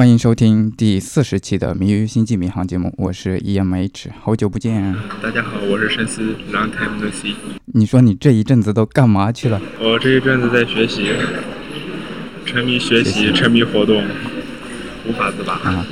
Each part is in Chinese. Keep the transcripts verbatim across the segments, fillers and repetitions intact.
欢迎收听第四十期的《谜语星际迷航》节目，我是 E M H， 好久不见。 大家好，我是深思 ，Long time no see。 你说你这一阵子都干嘛去了？ 我这一阵子在学习，沉迷学习，学习沉迷活动，无法自拔。啊、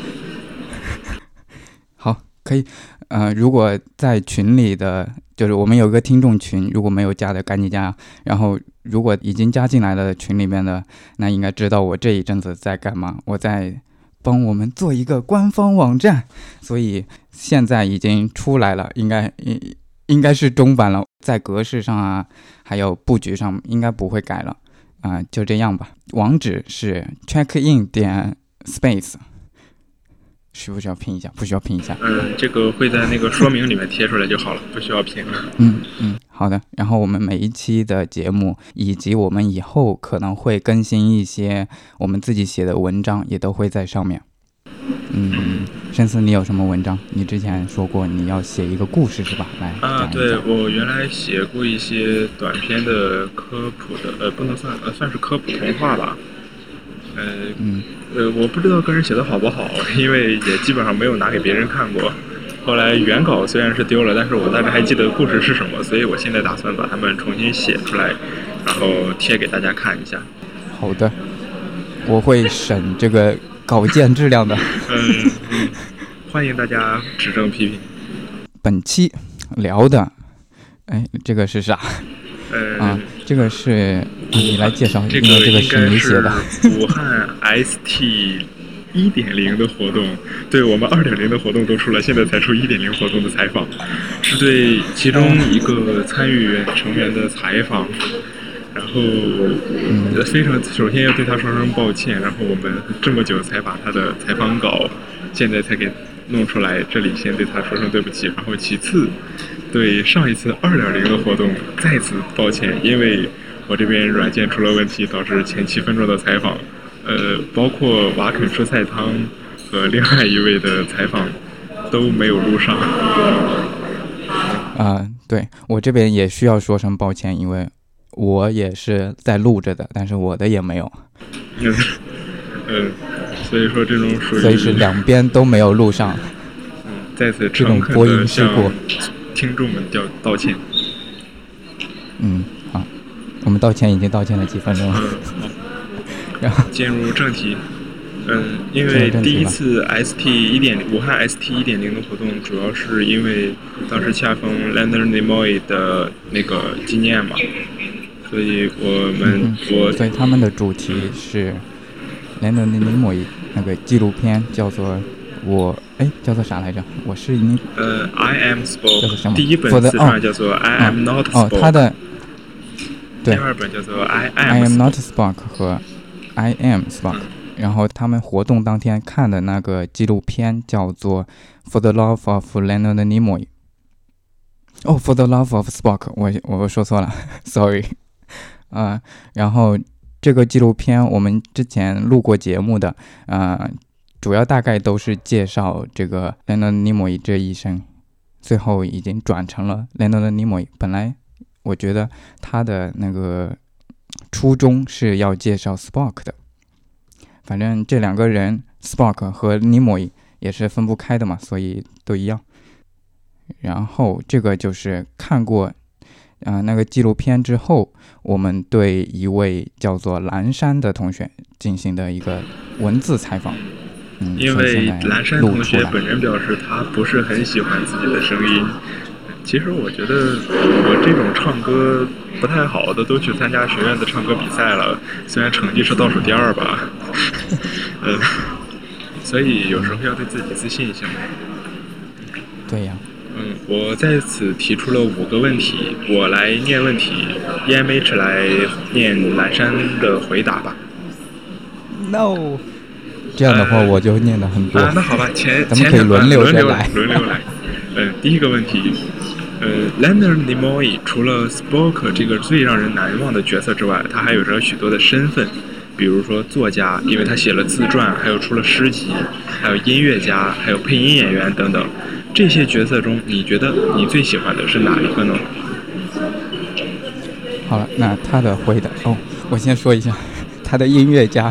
好，可以。呃，如果在群里的，就是我们有个听众群，如果没有加的赶紧加。然后，如果已经加进来了群里面的，那应该知道我这一阵子在干嘛。我在帮我们做一个官方网站，所以现在已经出来了，应该应应该是中版了，在格式上啊，还有布局上应该不会改了啊、呃，就这样吧。网址是 checkin 点 space。需不需要拼一下？不需要拼一下。 嗯，这个会在那个说明里面贴出来就好了，不需要拼了。 嗯嗯，好的。然后我们每一期的节目，以及我们以后可能会更新一些我们自己写的文章，也都会在上面。嗯，深思，你有什么文章？你之前说过你要写一个故事是吧？来啊，对，我原来写过一些短篇的科普的，呃，不能算，呃，算是科普童话吧。呃， 嗯， 呃，我不知道个人写的好不好，因为也基本上没有拿给别人看过。后来原稿虽然是丢了，但是我大概还记得故事是什么，所以我现在打算把它们重新写出来，然后贴给大家看一下。 好的，我会审这个稿件质量的。 嗯, 嗯，欢迎大家指正批评。 本期聊的，哎，这个是啥？ 呃啊，这个是你来介绍， 这个因为这个是你写的。 武汉 S T 一点零的活动，对我们二点零的活动都出了，现在才出一点零活动的采访，是对其中一个参与成员的采访。然后，嗯，非常首先要对他说声抱歉。然后我们这么久才把他的采访稿，现在才给弄出来，这里先对他说声对不起。然后其次，对上一次二点零的活动再次抱歉，因为我这边软件出了问题，导致前七分钟的采访，呃，包括瓦肯蔬菜汤和另外一位的采访都没有录上。 啊、呃，对，我这边也需要说声抱歉，因为我也是在录着的，但是我的也没有。 嗯，嗯，所以说这种属于， 所以是两边都没有录上。 嗯，再次诚恳地向听众们道道歉。 嗯，好，我们道歉已经道歉了几分钟了。 嗯，好。 然后进入正题。嗯，因为第一次 S T 一点零武汉 S T 一点零的活动，主要是因为当时恰逢 Leonard Nimoy 的那个纪念嘛，所以我们、嗯、我所以他们的主题是 Leonard Nimoy 那个纪录片，叫做我哎叫做啥来着？我是你呃 I am Spock， 第一本自传叫做 I am not Spock， 哦，他的对， 第二本叫做 I am I am not Spock 和 I am Spock。嗯，然后他们活动当天看的那个纪录片叫做 For the Love of Leonard Nimoy。 哦 For the Love of Spock， 我我说错了sorry 啊、呃，然后这个纪录片我们之前录过节目的啊、呃，主要大概都是介绍这个 Leonard Nimoy 这一生，最后已经转成了 Leonard Nimoy。 本来我觉得他的那个初衷是要介绍 Spock 的，反正这两个人 Spock 和 Nimoy 也是分不开的嘛，所以都一样。然后这个就是看过呃那个纪录片之后，我们对一位叫做蓝山的同学进行的一个文字采访。嗯， 因为蓝山同学本人表示他不是很喜欢自己的声音。其实我觉得我这种唱歌不太好的都去参加学院的唱歌比赛了，虽然成绩是倒数第二吧，呃，所以有时候要对自己自信一下。 对呀。 嗯，我在此提出了五个问题，我来念问题 ，E M H 来念蓝山的回答吧。 No， 这样的话我就念的很多。 呃、啊，那好吧，前咱们可以轮流着来， 轮流来。嗯，第一个问题。呃 Leonard Nimoy 除了 Spock 这个最让人难忘的角色之外，他还有着许多的身份，比如说作家，因为他写了自传，还有出了诗集，还有音乐家，还有配音演员等等。这些角色中，你觉得你最喜欢的是哪一个呢？ 好了，那他的回答哦，我先说一下，他的音乐家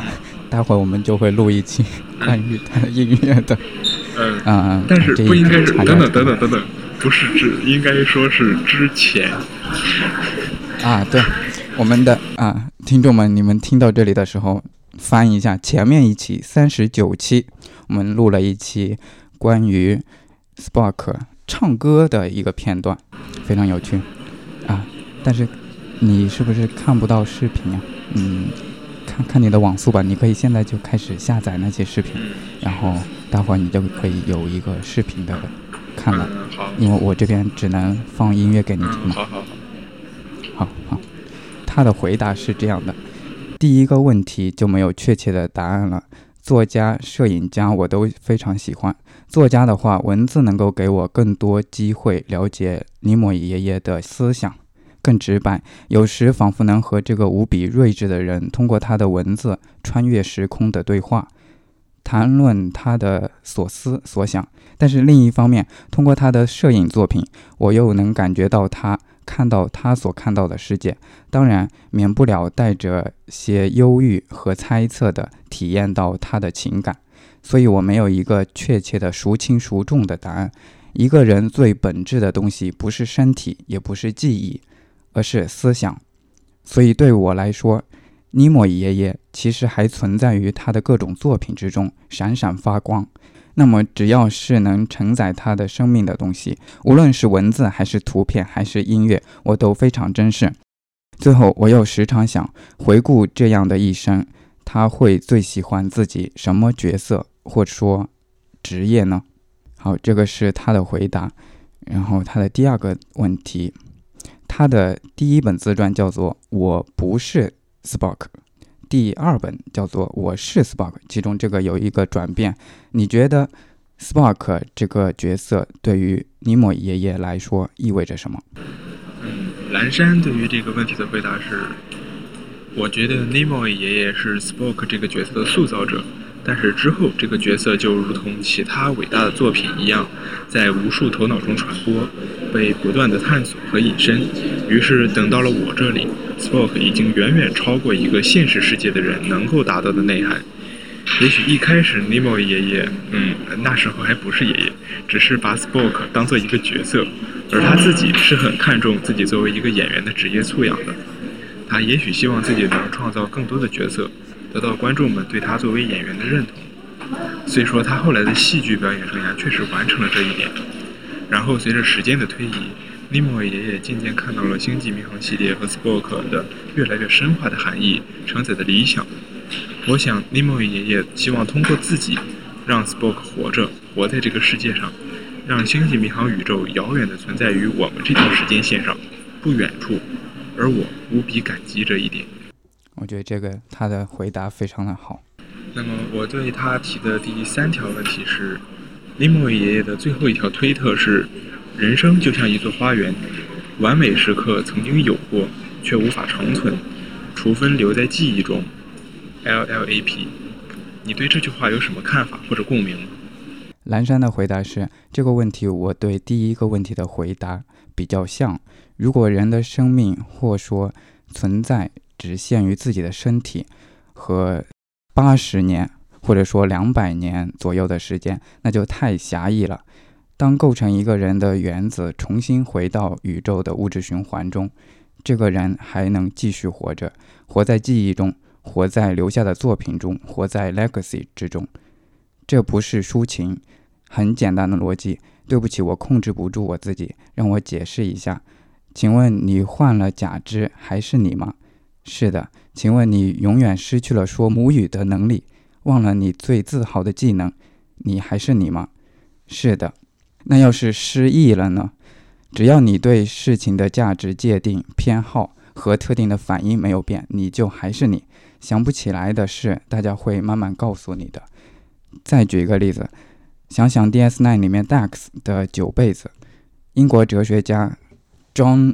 待会儿我们就会录一期关于他的音乐的。 嗯嗯， 但是不应该是等等等等等等， 不是之，应该说是之前。 啊，对，我们的啊听众们，你们听到这里的时候，翻一下前面一期三十九期，我们录了一期关于 Spock 唱歌的一个片段，非常有趣啊。但是你是不是看不到视频啊？嗯，看看你的网速吧，你可以现在就开始下载那些视频，然后待会儿你就可以有一个视频的看了。 嗯，好， 因为我这边只能放音乐给你听嗯， 嘛。 好好好。 好好，他的回答是这样的：第一个问题就没有确切的答案了。作家、摄影家我都非常喜欢。作家的话，文字能够给我更多机会了解尼莫爷爷的思想，更直白，有时仿佛能和这个无比睿智的人通过他的文字穿越时空的对话，谈论他的所思所想。但是另一方面，通过他的摄影作品，我又能感觉到他看到他所看到的世界，当然免不了带着些忧郁和猜测的体验到他的情感。所以我没有一个确切的孰轻孰重的答案。一个人最本质的东西不是身体，也不是记忆，而是思想。所以对我来说，尼莫爷爷其实还存在于他的各种作品之中，闪闪发光。那么只要是能承载他的生命的东西，无论是文字还是图片还是音乐，我都非常珍视。最后我又时常想，回顾这样的一生，他会最喜欢自己什么角色或者说职业呢？好，这个是他的回答。然后他的第二个问题，他的第一本自传叫做《我不是 Spock》，第二本叫做《我是 Spock》，其中这个有一个转变。你觉得 Spock 这个角色对于尼莫爷爷来说意味着什么？ 嗯，蓝山对于这个问题的回答是：我觉得尼莫爷爷是 Spock 这个角色的塑造者，但是之后这个角色就如同其他伟大的作品一样，在无数头脑中传播，被不断的探索和引申。于是等到了我这里， Spock 已经远远超过一个现实世界的人能够达到的内涵。也许一开始尼莫爷爷，嗯，那时候还不是爷爷，只是把 Spock 当做一个角色，而他自己是很看重自己作为一个演员的职业素养的。他也许希望自己能创造更多的角色，得到观众们对他作为演员的认同。虽说他后来的戏剧表演生涯确实完成了这一点。然后随着时间的推移，尼莫爷爷渐渐看到了星际迷航系列和 Spock 的越来越深化的含义，承载的理想。我想尼莫爷爷希望通过自己让 Spock 活着，活在这个世界上，让星际迷航宇宙遥远地存在于我们这条时间线上，不远处，而我无比感激这一点。 我觉得这个他的回答非常的好。 那么我对他提的第三条问题是，尼莫爷爷的最后一条推特是：人生就像一座花园，完美时刻曾经有过，却无法长存，除分留在记忆中。L L A P， 你对这句话有什么看法或者共鸣吗？ 蓝山的回答是：这个问题我对第一个问题的回答比较像。如果人的生命或说存在只限于自己的身体和八十年或者说两百年左右的时间，那就太狭义了。当构成一个人的原子重新回到宇宙的物质循环中，这个人还能继续活着，活在记忆中，活在留下的作品中，活在 legacy 之中。这不是抒情，很简单的逻辑。对不起，我控制不住我自己，让我解释一下。请问你换了假肢还是你吗？是的。请问你永远失去了说母语的能力，忘了你最自豪的技能，你还是你吗？是的。那要是失忆了呢？只要你对事情的价值界定、偏好和特定的反应没有变，你就还是你。想不起来的事，大家会慢慢告诉你的。再举一个例子，想想 D S 九 里面 Dax 的九辈子。英国哲学家 John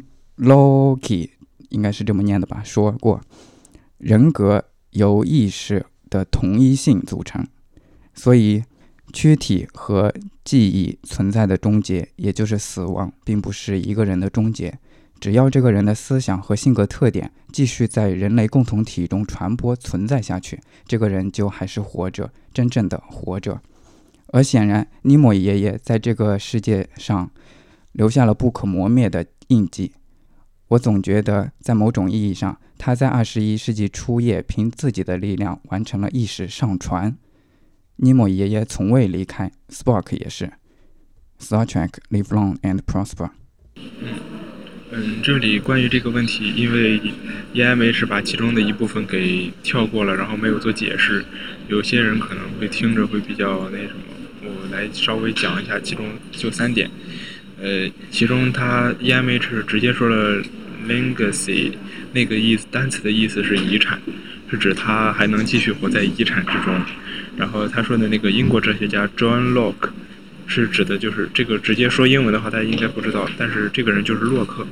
Locke 应该是这么念的吧，说过，人格由意识的同一性组成，所以躯体和记忆存在的终结，也就是死亡，并不是一个人的终结， 只要这个人的思想和性格特点继续在人类共同体中传播存在下去，这个人就还是活着，真正的活着。而显然，尼莫爷爷在这个世界上留下了不可磨灭的印记。我总觉得，在某种意义上，他在二十一世纪初叶凭自己的力量完成了意识上传。尼莫爷爷从未离开 ，Spock 也是。Star Trek live long and prosper。 嗯嗯，这里关于这个问题，因为 E M H 把其中的一部分给跳过了，然后没有做解释，有些人可能会听着会比较那什么。我来稍微讲一下其中就三点。呃，其中他 E M H 直接说了 legacy 那个意思，单词的意思是遗产，是指他还能继续活在遗产之中。然后他说的那个英国哲学家 John Locke 是指的就是这个，直接说英文的话大家应该不知道，但是这个人就是洛克。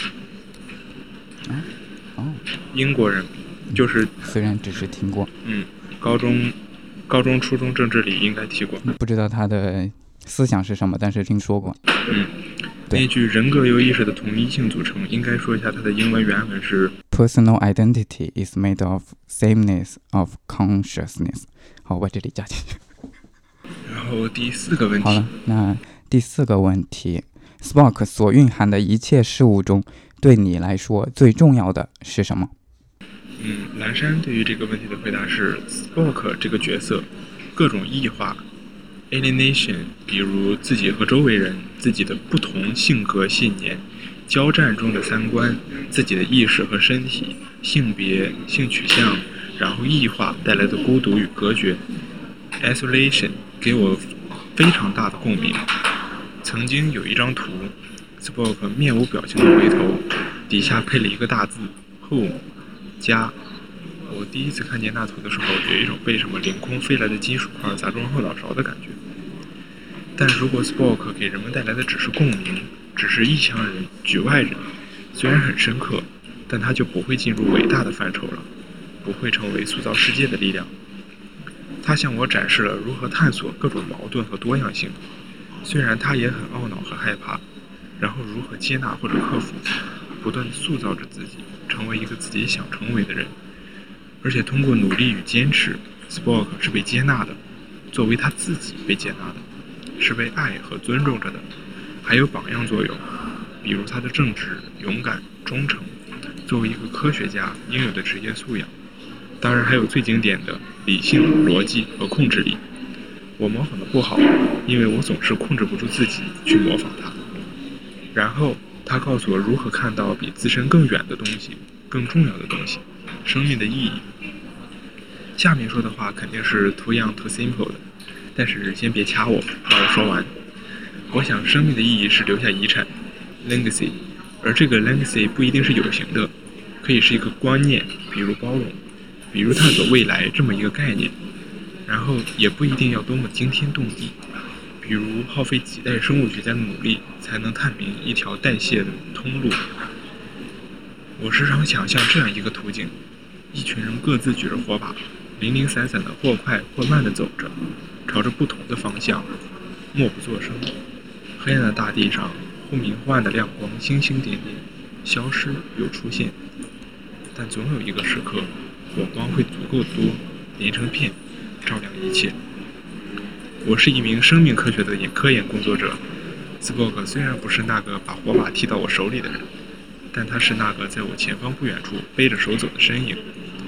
哦， 英国人，就是虽然只是听过， 嗯，高中、高中、初中政治里应该提过， 不知道他的思想是什么，但是听说过。 嗯，那句人格由意识的统一性组成，应该说一下它的英文原文是 Personal identity is made of sameness of consciousness。好，我把这里加进去。 然后第四个问题， 好了，那第四个问题 ，Spock 所蕴含的一切事物中，对你来说最重要的是什么？ 嗯，蓝山对于这个问题的回答是 Spock 这个角色各种异化 alienation， 比如自己和周围人自己的不同性格信念交战中的三观，自己的意识和身体性别性取向，然后异化带来的孤独与隔绝 isolation 给我非常大的共鸣。曾经有一张图 Spock 面无表情的回头，底下配了一个大字 home 家。我第一次看见那图的时候，有一种被什么凌空飞来的金属块砸中后脑勺的感觉。但如果 Spock 给人们带来的只是共鸣，只是异乡人、局外人，虽然很深刻，但他就不会进入伟大的范畴了，不会成为塑造世界的力量。他向我展示了如何探索各种矛盾和多样性，虽然他也很懊恼和害怕，然后如何接纳或者克服，不断塑造着自己，成为一个自己想成为的人。而且通过努力与坚持， Spock 是被接纳的，作为他自己被接纳的，是被爱和尊重着的，还有榜样作用，比如他的正直、勇敢、忠诚，作为一个科学家应有的职业素养。当然还有最经典的理性、逻辑和控制力。我模仿的不好，因为我总是控制不住自己去模仿他。然后他告诉我如何看到比自身更远的东西，更重要的东西，生命的意义。下面说的话肯定是 too young too simple 的，但是先别掐我，让我说完。我想生命的意义是留下遗产 legacy， 而这个 legacy 不一定是有形的，可以是一个观念，比如包容，比如探索未来这么一个概念，然后也不一定要多么惊天动地，比如耗费几代生物学家的努力才能探明一条代谢的通路。我时常想象这样一个图景，一群人各自举着火把，零零散散的或快或慢的走着，朝着不同的方向，默不作声。黑暗的大地上，忽明忽暗的亮光星星点点，消失又出现，但总有一个时刻，火光会足够多，连成片，照亮一切。我是一名生命科学的科研工作者， Spock 虽然不是那个把火把踢到我手里的人，但他是那个在我前方不远处背着手走的身影。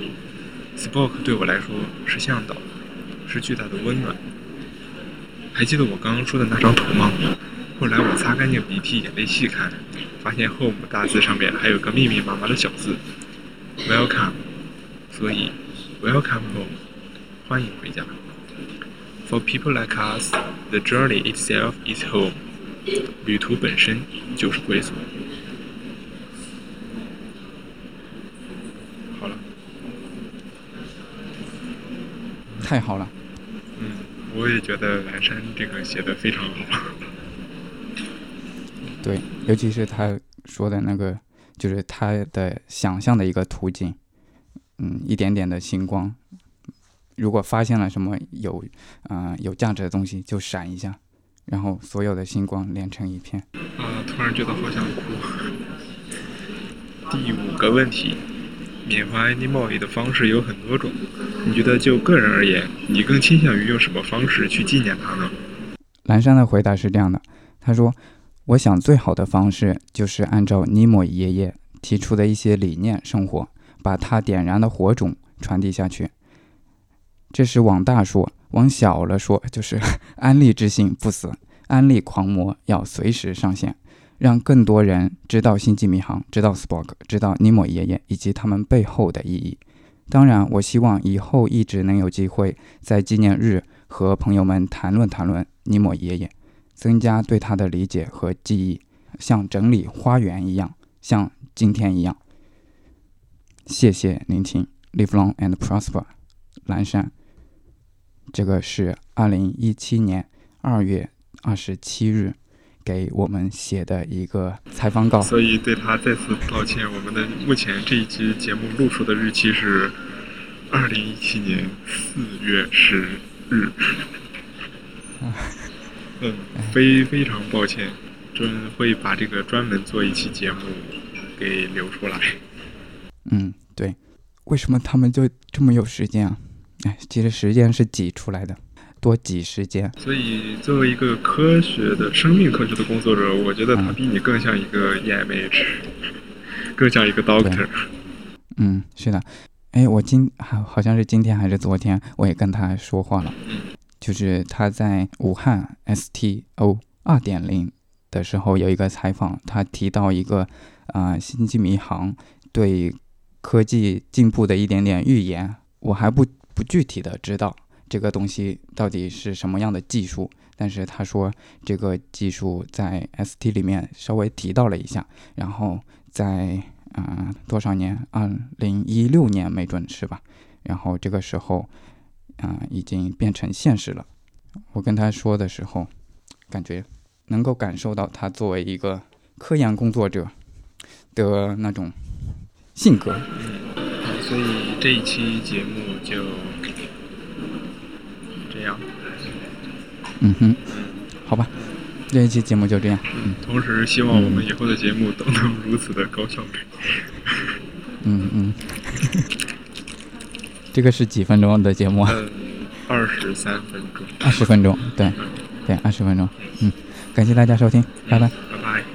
Spock 对我来说是向导，是巨大的温暖。还记得我刚刚说的那张图吗？后来我擦干净鼻涕，眼泪细看，发现 home 大字上面还有个密密麻麻的小字 welcome， 所以 welcome home， 欢迎回家。 For people like us, the journey itself is home， 旅途本身就是归宿。好了， 太好了。 嗯，我也觉得蓝山这个写的非常好。 对，尤其是他说的那个，就是他的想象的一个途径，嗯，一点点的星光，如果发现了什么有，呃，有价值的东西，就闪一下，然后所有的星光连成一片。 啊，突然觉得好想哭。 第五个问题，缅怀 Nimoy 的方式有很多种，你觉得就个人而言，你更倾向于用什么方式去纪念他呢？ 蓝山的回答是这样的，他说，我想最好的方式就是按照尼莫爷爷提出的一些理念生活，把他点燃的火种传递下去。这是往大说，往小了说就是安利之心不死，安利狂魔要随时上线，让更多人知道星际迷航，知道 Spock， 知道尼莫爷爷以及他们背后的意义。当然我希望以后一直能有机会在纪念日和朋友们谈论谈论尼莫爷爷，增加对他的理解和记忆，像整理花园一样，像今天一样。谢谢聆听 Live long and prosper 蓝山。这个是二零一七年二月二十七日给我们写的一个采访稿， 所以对他再次道歉。我们的目前这一期节目录出的日期是二零一七年四月十日。嗯，非非常抱歉，专会把这个专门做一期节目给留出来。 嗯，对，为什么他们就这么有时间啊？哎，其实时间是挤出来的，多挤时间。 所以作为一个科学的生命科学的工作者，我觉得他比你更像一个 E M H，、嗯、更像一个 doctor。 嗯，是的。哎，我今好好像是今天还是昨天，我也跟他说话了。 嗯， 就是他在武汉 S T O 二点零 的时候有一个采访，他提到一个啊、呃、星际迷航对科技进步的一点点预言，我还不不具体的知道这个东西到底是什么样的技术，但是他说这个技术在 S T 里面稍微提到了一下，然后在啊、呃、多少年二零一六年没准是吧，然后这个时候啊、呃、已经变成现实了。我跟他说的时候感觉能够感受到他作为一个科研工作者的那种性格。 嗯，所以这一期节目就这样。 嗯哼，好吧，这一期节目就这样。 嗯，同时希望我们以后的节目都能如此的高效率。 嗯嗯，这个是几分钟的节目啊？ 嗯，二十三分钟。 二十分钟，对，对，二十分钟。嗯，感谢大家收听，拜拜。 拜拜。